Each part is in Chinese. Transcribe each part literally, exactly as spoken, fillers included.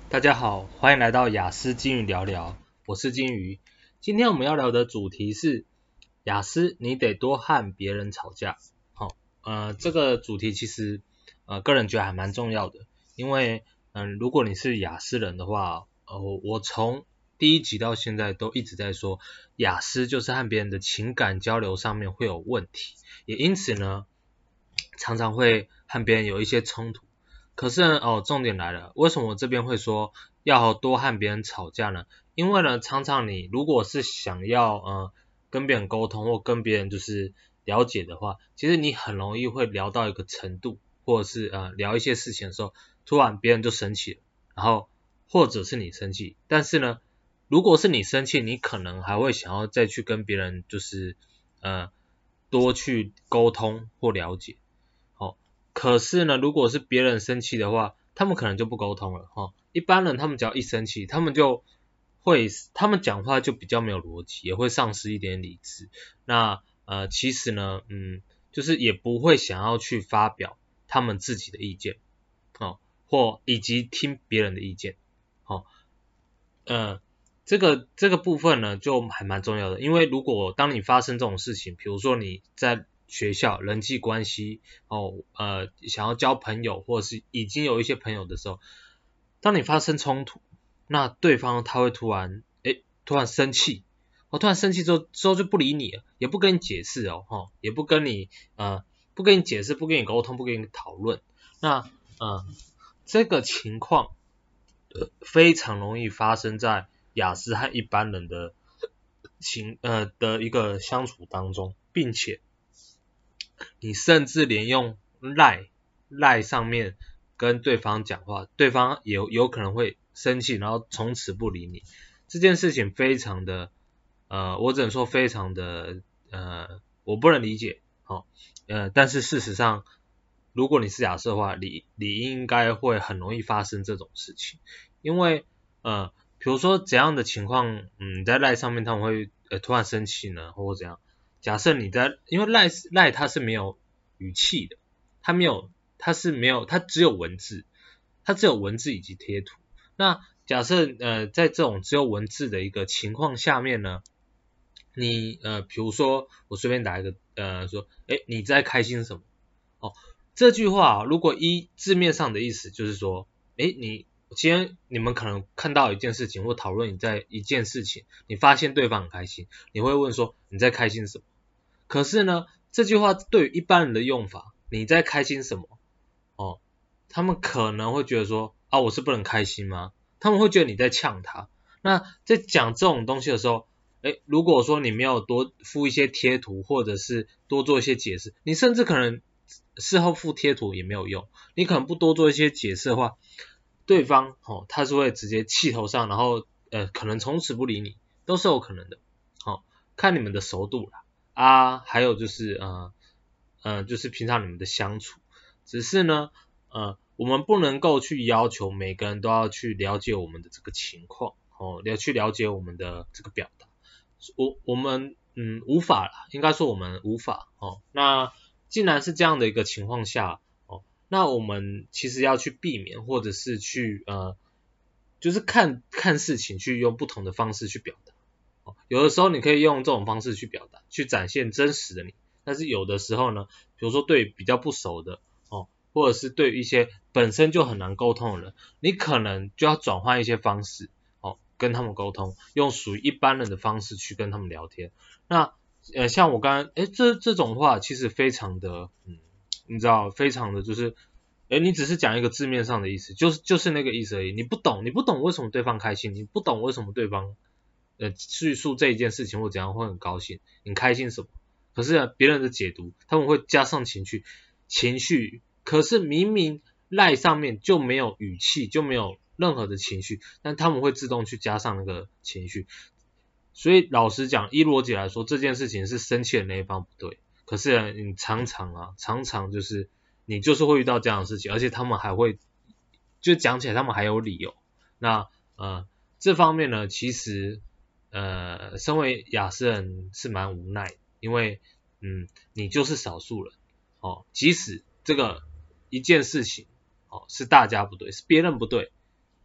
大家好，欢迎来到雅思金鱼聊聊，我是金鱼。今天我们要聊的主题是雅思，你得多和别人吵架。好、哦，呃，这个主题其实呃个人觉得还蛮重要的，因为嗯、呃，如果你是雅思人的话，呃，我我从第一集到现在都一直在说，雅思就是和别人的情感交流上面会有问题，也因此呢，常常会和别人有一些冲突。可是呢，哦，重点来了，为什么我这边会说要多和别人吵架呢？因为呢，常常你如果是想要呃跟别人沟通或跟别人就是了解的话，其实你很容易会聊到一个程度，或者是呃聊一些事情的时候，突然别人就生气了，然后或者是你生气，但是呢，如果是你生气，你可能还会想要再去跟别人就是呃多去沟通或了解。哦，可是呢，如果是别人生气的话，他们可能就不沟通了哈、哦。一般人他们只要一生气，他们就会，他们讲话就比较没有逻辑，也会丧失一点理智。那呃，其实呢，嗯，就是也不会想要去发表他们自己的意见，哦，或以及听别人的意见，哦，呃，这个这个部分呢，就还蛮重要的，因为如果当你发生这种事情，比如说你在学校人际关系哦，呃，想要交朋友，或者是已经有一些朋友的时候，当你发生冲突，那对方他会突然，诶，突然生气，我、哦、突然生气之后之后就不理你了，也不跟你解释哦，哈、哦，也不跟你呃，不跟你解释，不跟你沟通，不跟你讨论，那呃，这个情况。非常容易发生在雅思和一般人的情呃的一个相处当中，并且你甚至连用赖赖上面跟对方讲话，对方也有有可能会生气，然后从此不理你。这件事情非常的呃，我只能说非常的呃，我不能理解，哦，呃，但是事实上，如果你是雅思的话，你你应该会很容易发生这种事情。因为呃，比如说怎样的情况，嗯，在赖上面他们会呃突然生气呢，或者怎样？假设你在，因为赖赖它是没有语气的，它没有，它是没有，它只有文字，它只有文字以及贴图。那假设呃在这种只有文字的一个情况下面呢，你呃比如说我随便打一个呃说，诶你在开心什么？哦，这句话如果依字面上的意思就是说，诶，你今天你们可能看到一件事情或讨论你在一件事情，你发现对方很开心，你会问说你在开心什么？可是呢，这句话对于一般人的用法，你在开心什么？哦，他们可能会觉得说啊，我是不能开心吗？他们会觉得你在呛他。那在讲这种东西的时候，诶，如果说你没有多附一些贴图，或者是多做一些解释，你甚至可能事后附贴图也没有用，你可能不多做一些解释的话，对方哦他是会直接气头上，然后呃可能从此不理你，都是有可能的。好、哦，看你们的熟度啦，啊，还有就是呃呃就是平常你们的相处，只是呢呃我们不能够去要求每个人都要去了解我们的这个情况，哦，要去了解我们的这个表达，我我们嗯无法啦，应该说我们无法哦。那既然是这样的一个情况下，哦，那我们其实要去避免，或者是去呃，就是看看事情去用不同的方式去表达。哦，有的时候你可以用这种方式去表达，去展现真实的你。但是有的时候呢，比如说对比较不熟的哦，或者是对于一些本身就很难沟通的人，你可能就要转换一些方式哦，跟他们沟通，用属于一般人的方式去跟他们聊天。那呃，像我刚刚，诶，这这种话其实非常的，嗯，你知道，非常的就是，诶，你只是讲一个字面上的意思，就是就是那个意思而已，你不懂，你不懂为什么对方开心，你不懂为什么对方呃叙述这一件事情或怎样会很高兴，你开心什么？可是呢，别人的解读他们会加上情绪，情绪，可是明明赖上面就没有语气，就没有任何的情绪，但他们会自动去加上那个情绪。所以老实讲，依逻辑来说，这件事情是生气的那一方不对。可是呢你常常啊，常常就是你就是会遇到这样的事情，而且他们还会就讲起来他们还有理由。那呃这方面呢，其实呃身为亚斯人是蛮无奈，因为嗯你就是少数人哦，即使这个一件事情哦是大家不对，是别人不对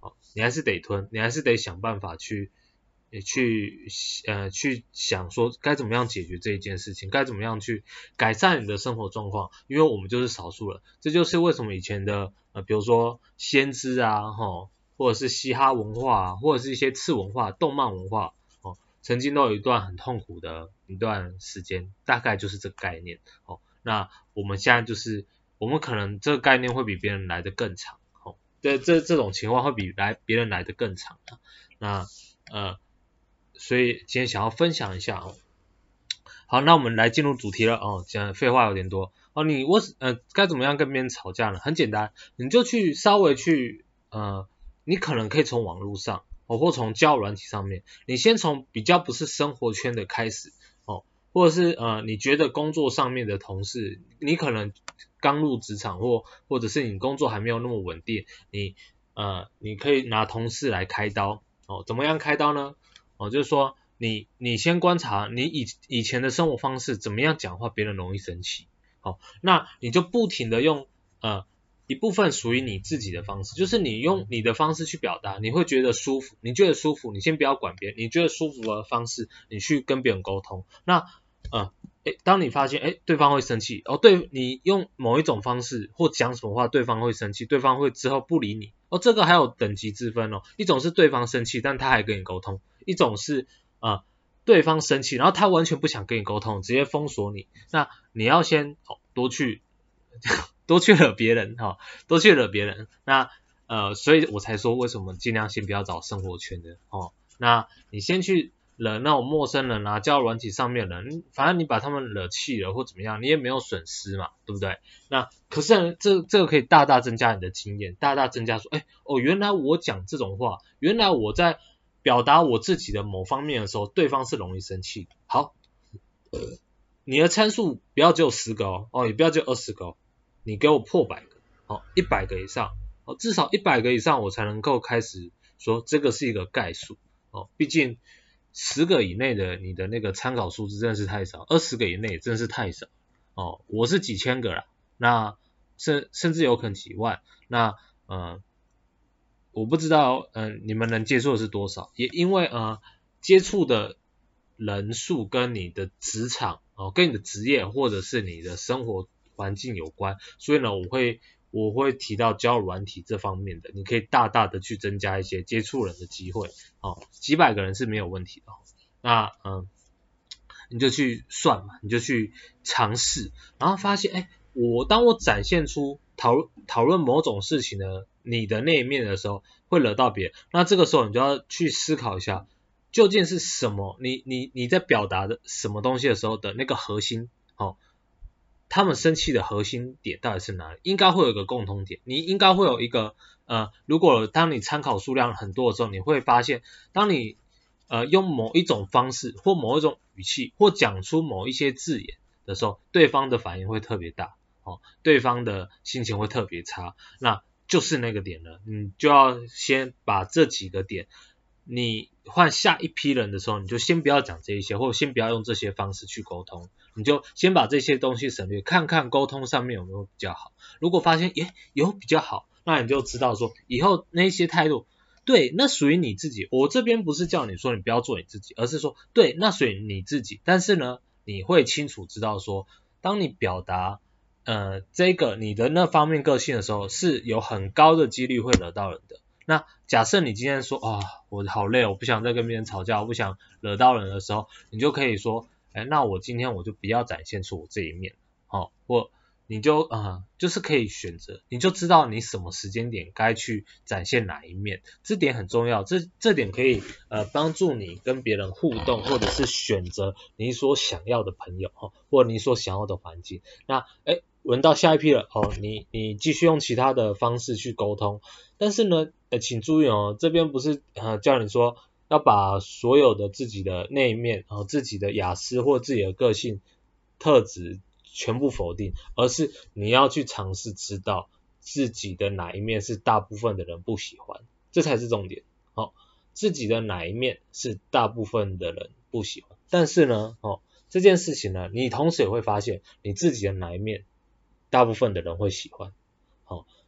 哦，你还是得吞，你还是得想办法去也去呃去想说该怎么样解决这一件事情，该怎么样去改善你的生活状况，因为我们就是少数人，这就是为什么以前的呃比如说先知啊齁，或者是嘻哈文化啊，或者是一些次文化、动漫文化哦，曾经都有一段很痛苦的一段时间，大概就是这个概念哦。那我们现在就是我们可能这个概念会比别人来的更长哦，这这这种情况会比来别人来的更长的，那呃。所以今天想要分享一下哦。好，那我们来进入主题了哦。讲废话有点多哦。你我呃该怎么样跟别人吵架呢？很简单，你就去稍微去呃，你可能可以从网络上哦，或从交友软体上面，你先从比较不是生活圈的开始哦，或者是呃你觉得工作上面的同事，你可能刚入职场或或者是你工作还没有那么稳定，你呃你可以拿同事来开刀哦。怎么样开刀呢？哦，就是说你你先观察你以以前的生活方式怎么样讲话，别人容易生气。好、哦，那你就不停的用呃一部分属于你自己的方式，就是你用你的方式去表达，你会觉得舒服，你觉得舒服，你先不要管别人，你觉得舒服的方式，你去跟别人沟通。那呃诶，当你发现诶对方会生气，哦对你用某一种方式或讲什么话，对方会生气，对方会之后不理你。哦，这个还有等级之分哦，一种是对方生气，但他还跟你沟通。一种是呃对方生气，然后他完全不想跟你沟通，直接封锁你。那你要先哦多去多去惹别人哈、哦，多去惹别人。那呃所以我才说为什么尽量先不要找生活圈的哦。那你先去惹那种陌生人啊，交友软体上面的人，反正你把他们惹气了或怎么样，你也没有损失嘛，对不对？那可是呢这这个可以大大增加你的经验，大大增加说，哎哦原来我讲这种话，原来我在表达我自己的某方面的时候，对方是容易生气。好，呃，你的参数不要只有十个哦，哦，也不要只有二十个哦，你给我破百个，哦，一百个以上，哦，至少一百个以上，我才能够开始说这个是一个概数，哦，毕竟十个以内的你的那个参考数字真的是太少，二十个以内真的是太少，哦，我是几千个啦，那甚甚至有可能几万，那呃。我不知道，嗯、呃，你们能接受的是多少？也因为呃，接触的人数跟你的职场哦、呃，跟你的职业或者是你的生活环境有关，所以呢，我会我会提到交友软体这方面的，你可以大大的去增加一些接触人的机会，哦，几百个人是没有问题的。那嗯、呃，你就去算嘛，你就去尝试，然后发现，哎，我当我展现出讨讨论某种事情的你的那一面的时候，会惹到别人。那这个时候你就要去思考一下，究竟是什么？你你你在表达的什么东西的时候的那个核心，哦，他们生气的核心点到底是哪里？应该会有一个共同点，你应该会有一个呃，如果当你参考数量很多的时候，你会发现，当你呃用某一种方式或某一种语气或讲出某一些字眼的时候，对方的反应会特别大，哦，对方的心情会特别差，那就是那个点了，你就要先把这几个点，你换下一批人的时候，你就先不要讲这一些，或者先不要用这些方式去沟通，你就先把这些东西省略，看看沟通上面有没有比较好。如果发现耶有比较好，那你就知道说以后那些态度，对，那属于你自己。我这边不是叫你说你不要做你自己，而是说对，那属于你自己。但是呢，你会清楚知道说，当你表达呃这个你的那方面个性的时候，是有很高的几率会惹到人的。那假设你今天说啊、哦，我好累，我不想再跟别人吵架，我不想惹到人的时候，你就可以说，哎，那我今天我就不要展现出我这一面，哦，或你就啊、呃，就是可以选择，你就知道你什么时间点该去展现哪一面，这点很重要，这这点可以呃帮助你跟别人互动，或者是选择你所想要的朋友，哦，或你所想要的环境。那哎，轮到下一批了，哦，你你继续用其他的方式去沟通。但是呢，呃，请注意哦，这边不是呃叫你说要把所有的自己的那一面，呃，自己的雅思或自己的个性特质全部否定，而是你要去尝试知道自己的哪一面是大部分的人不喜欢，这才是重点。好、哦，自己的哪一面是大部分的人不喜欢，但是呢，哦，这件事情呢，你同时也会发现你自己的哪一面大部分的人会喜欢。好、哦。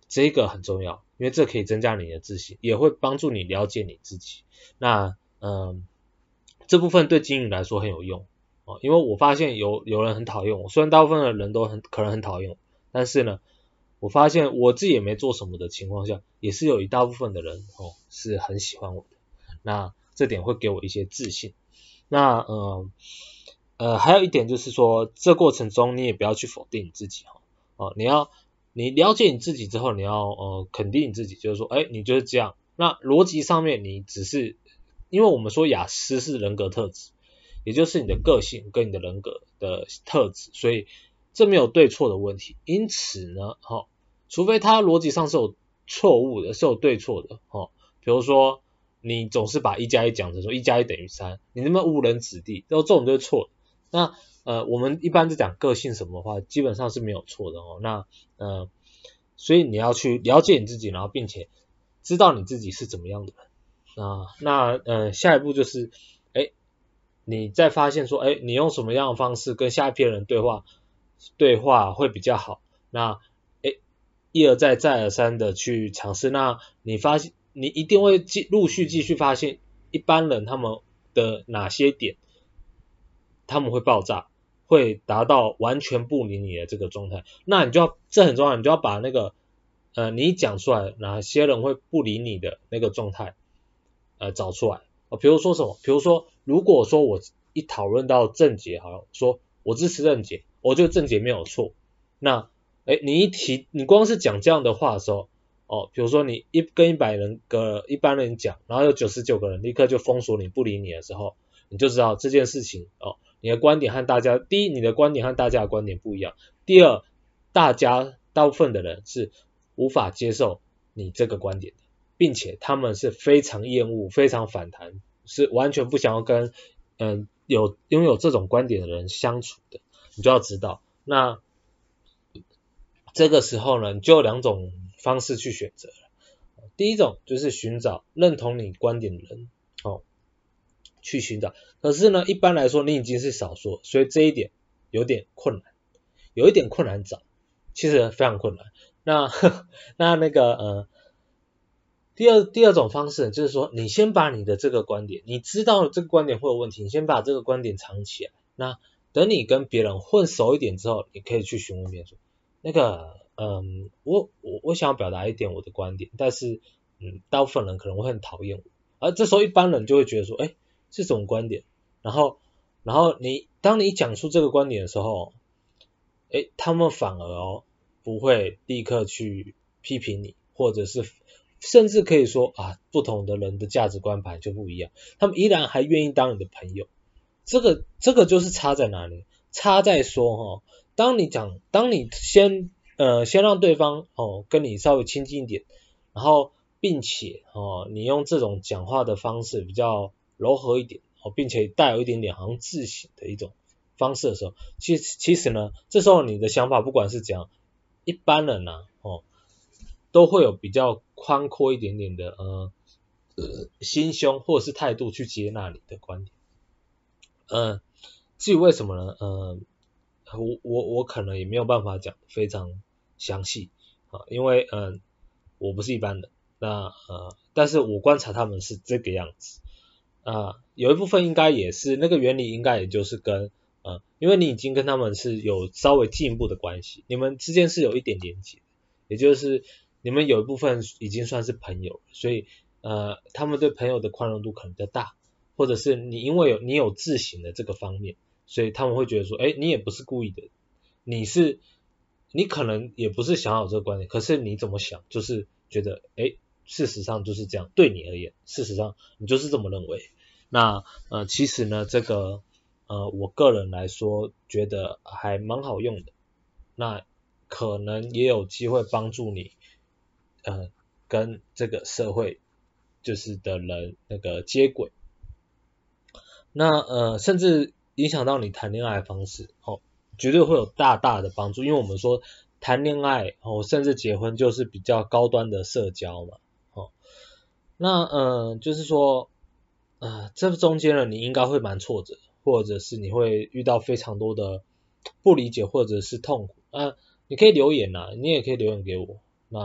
这个很重要，因为这可以增加你的自信，也会帮助你了解你自己。那嗯，这部分对经营来说很有用哦，因为我发现有有人很讨厌我，虽然大部分的人都很可能很讨厌我，但是呢，我发现我自己也没做什么的情况下，也是有一大部分的人哦是很喜欢我的。那这点会给我一些自信。那呃呃还有一点就是说，这过程中你也不要去否定你自己哈哦，你要你了解你自己之后，你要呃肯定你自己，就是说，哎，你就是这样。那逻辑上面你只是，因为我们说雅思是人格特质，也就是你的个性跟你的人格的特质，所以这没有对错的问题。因此呢，哈、哦，除非它逻辑上是有错误的，是有对错的，哦，比如说你总是把一加一讲成说一加一等于三，你那么误人子弟，然后这种就是错的。那呃，我们一般在讲个性什么的话，基本上是没有错的哦。那呃，所以你要去了解你自己，然后并且知道你自己是怎么样的人啊。那呃，下一步就是，哎，你再发现说，哎，你用什么样的方式跟下一批人对话，对话会比较好。那哎，一而再，再而三的去尝试，那你发现你一定会继陆续继续发现一般人他们的哪些点他们会爆炸，会达到完全不理你的这个状态。那你就要，这很重要，你就要把那个呃你讲出来哪些人会不理你的那个状态呃找出来。哦，比如说什么？比如说，如果说我一讨论到正解，好了，说我支持正解，我觉得正解没有错。那哎，你一提，你光是讲这样的话的时候，哦，比如说你一跟一百人个一般人讲，然后有九十九个人立刻就封锁你不理你的时候，你就知道这件事情哦，你的观点和大家，第一，你的观点和大家的观点不一样；第二，大家大部分的人是无法接受你这个观点的，并且他们是非常厌恶、非常反弹，是完全不想要跟嗯、呃、有拥有这种观点的人相处的。你就要知道，那这个时候呢，你就有两种方式去选择了。第一种就是寻找认同你观点的人，哦，去寻找。可是呢，一般来说你已经是少数，所以这一点有点困难，有一点困难找，其实非常困难。那那那个呃，第二第二种方式就是说，你先把你的这个观点，你知道这个观点会有问题，你先把这个观点藏起来。那等你跟别人混熟一点之后，你可以去询问别人说，那个嗯，我我我想要表达一点我的观点，但是嗯，大部分人可能会很讨厌我，而这时候一般人就会觉得说，哎，是什么观点？然后然后你当你讲出这个观点的时候，哎，他们反而哦不会立刻去批评你，或者是甚至可以说啊，不同的人的价值观本来就不一样，他们依然还愿意当你的朋友。这个这个就是差在哪里？差在说哈、哦，当你讲，当你先呃先让对方哦跟你稍微亲近一点，然后并且哦你用这种讲话的方式比较柔和一点哦，并且带有一点点好像自省的一种方式的时候，其实其实呢，这时候你的想法不管是怎样，一般人呐、啊、哦都会有比较宽阔一点点的呃呃心胸或者是态度去接纳你的观点。嗯，至于为什么呢？嗯，我我我可能也没有办法讲非常详细啊，因为嗯，我不是一般人，那呃，但是我观察他们是这个样子啊，有一部分应该也是那个原理，应该也就是跟呃，因为你已经跟他们是有稍微进一步的关系，你们之间是有一点连接，也就是你们有一部分已经算是朋友，所以呃，他们对朋友的宽容度可能比较大。或者是你因为有你有自省的这个方面，所以他们会觉得说，哎，你也不是故意的，你是你可能也不是想要有这个观点，可是你怎么想，就是觉得，哎，事实上就是这样，对你而言，事实上你就是这么认为。那呃，其实呢，这个呃，我个人来说觉得还蛮好用的，那可能也有机会帮助你呃跟这个社会就是的人那个接轨。那呃，甚至影响到你谈恋爱的方式，哦，绝对会有大大的帮助，因为我们说谈恋爱哦，甚至结婚就是比较高端的社交嘛，哦，那呃，就是说呃，这中间呢，你应该会蛮挫折，或者是你会遇到非常多的不理解或者是痛苦，啊、你可以留言呐、你也可以留言给我，那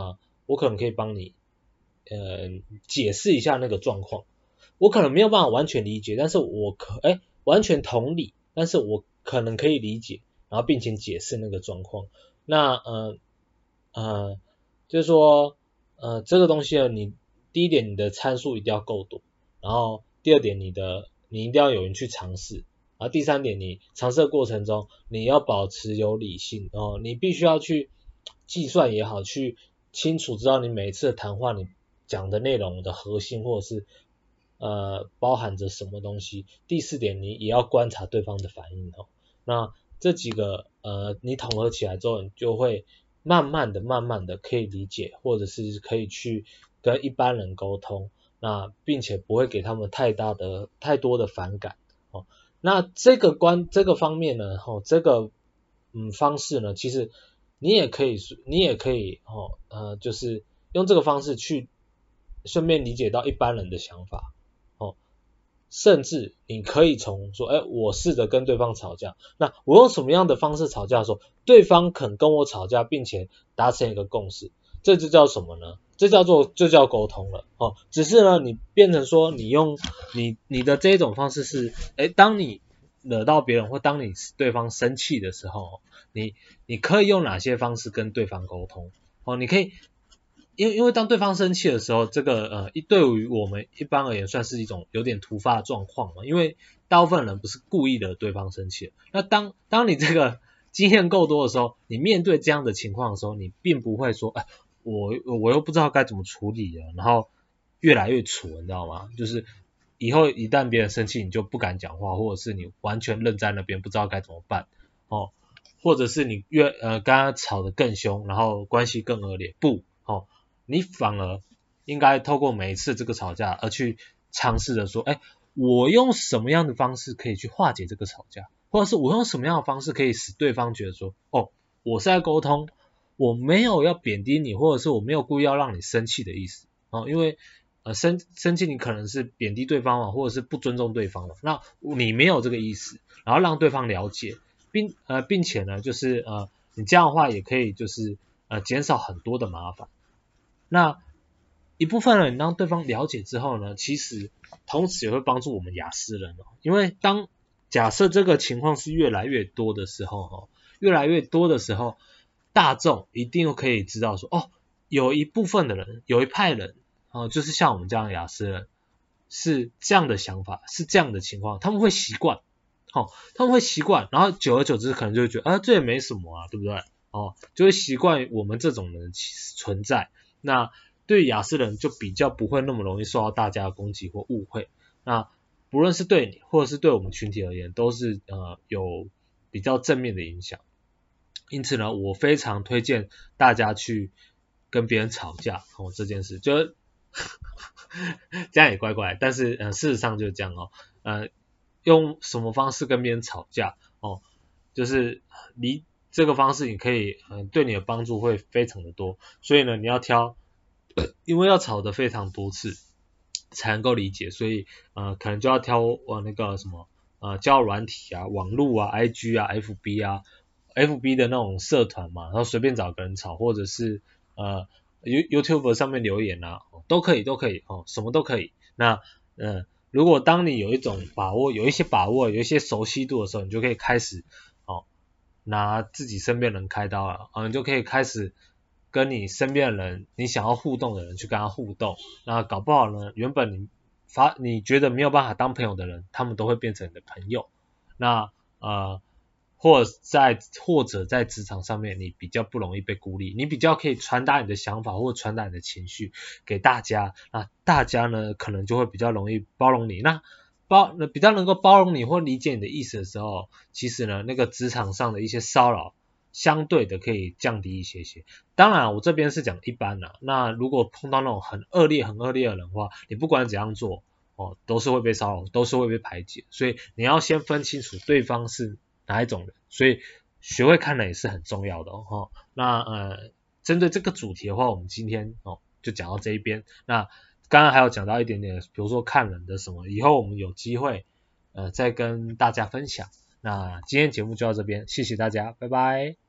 我可能可以帮你呃解释一下那个状况。我可能没有办法完全理解，但是我可哎完全同理，但是我可能可以理解，然后并且解释那个状况。那呃呃就是说呃这个东西呢，你第一点你的参数一定要够多，然后第二点你的你一定要有人去尝试，然后第三点你尝试的过程中你要保持有理性哦，你必须要去计算也好，去清楚知道你每一次的谈话你讲的内容的核心或者是呃包含着什么东西。第四点，你也要观察对方的反应哦。那这几个呃你统合起来之后，你就会慢慢的、慢慢的可以理解，或者是可以去跟一般人沟通，那并且不会给他们太大的、太多的反感哦。那这个关这个方面呢，哦，这个嗯方式呢，其实你也可以，你也可以哦，呃，就是用这个方式去顺便理解到一般人的想法哦，甚至你可以从说，哎，我试着跟对方吵架，那我用什么样的方式吵架的时候，对方肯跟我吵架，并且达成一个共识，这就叫什么呢？这叫做就叫沟通了哦。只是呢，你变成说你用你你的这一种方式是，哎，当你惹到别人或当你对方生气的时候，你你可以用哪些方式跟对方沟通？哦，你可以因为因为当对方生气的时候，这个呃，对于我们一般而言算是一种有点突发的状况嘛，因为大部分人不是故意的对方生气。那当当你这个经验够多的时候，你面对这样的情况的时候，你并不会说，哎，我我又不知道该怎么处理了，然后越来越蠢，你知道吗？就是以后一旦别人生气，你就不敢讲话，或者是你完全愣在那边，不知道该怎么办哦，或者是你越呃跟他吵得更凶，然后关系更恶劣，不哦。你反而应该透过每一次这个吵架而去尝试着说，哎，我用什么样的方式可以去化解这个吵架，或者是我用什么样的方式可以使对方觉得说，哦，我是在沟通，我没有要贬低你，或者是我没有故意要让你生气的意思哦，因为呃生生气你可能是贬低对方嘛，或者是不尊重对方嘛，那你没有这个意思，然后让对方了解，并呃并且呢，就是呃你这样的话也可以就是呃减少很多的麻烦。那一部分人让对方了解之后呢，其实同时也会帮助我们雅思人哦，因为当假设这个情况是越来越多的时候哦，越来越多的时候，大众一定可以知道说，哦，有一部分的人，有一派人哦，就是像我们这样的雅思人，是这样的想法，是这样的情况，他们会习惯，哦，他们会习惯，然后久而久之可能就会觉得，啊，这也没什么啊，对不对？哦，就会习惯我们这种人存在。那对雅思人就比较不会那么容易受到大家的攻击或误会。那不论是对你或者是对我们群体而言，都是呃有比较正面的影响。因此呢，我非常推荐大家去跟别人吵架哦，这件事就这样也怪怪，但是呃事实上就是这样哦，呃用什么方式跟别人吵架哦，就是你这个方式你可以呃对你的帮助会非常的多，所以呢你要挑，因为要吵得非常多次才能够理解，所以呃可能就要挑呃那个什么呃交友软体啊、网络啊、I G 啊、F B 啊。F B 的那种社团嘛，然后随便找个人吵，或者是呃 YouTube 上面留言啊，都可以，都可以哦，什么都可以。那呃，如果当你有一种把握，有一些把握，有一些熟悉度的时候，你就可以开始哦，拿自己身边人开刀了，啊，你就可以开始跟你身边的人，你想要互动的人去跟他互动。那搞不好呢，原本你发你觉得没有办法当朋友的人，他们都会变成你的朋友。那呃。或在或者在职场上面，你比较不容易被孤立，你比较可以传达你的想法或传达你的情绪给大家，那大家呢可能就会比较容易包容你，那包比较能够包容你或理解你的意思的时候，其实呢那个职场上的一些骚扰相对的可以降低一些些。当然我这边是讲一般啦，那如果碰到那种很恶劣很恶劣的人的话，你不管怎样做哦，都是会被骚扰，都是会被排挤，所以你要先分清楚对方是哪一种人，所以学会看人也是很重要的哦。那呃，针对这个主题的话，我们今天哦就讲到这一边。那刚刚还有讲到一点点，比如说看人的什么，以后我们有机会呃再跟大家分享。那今天节目就到这边，谢谢大家，拜拜。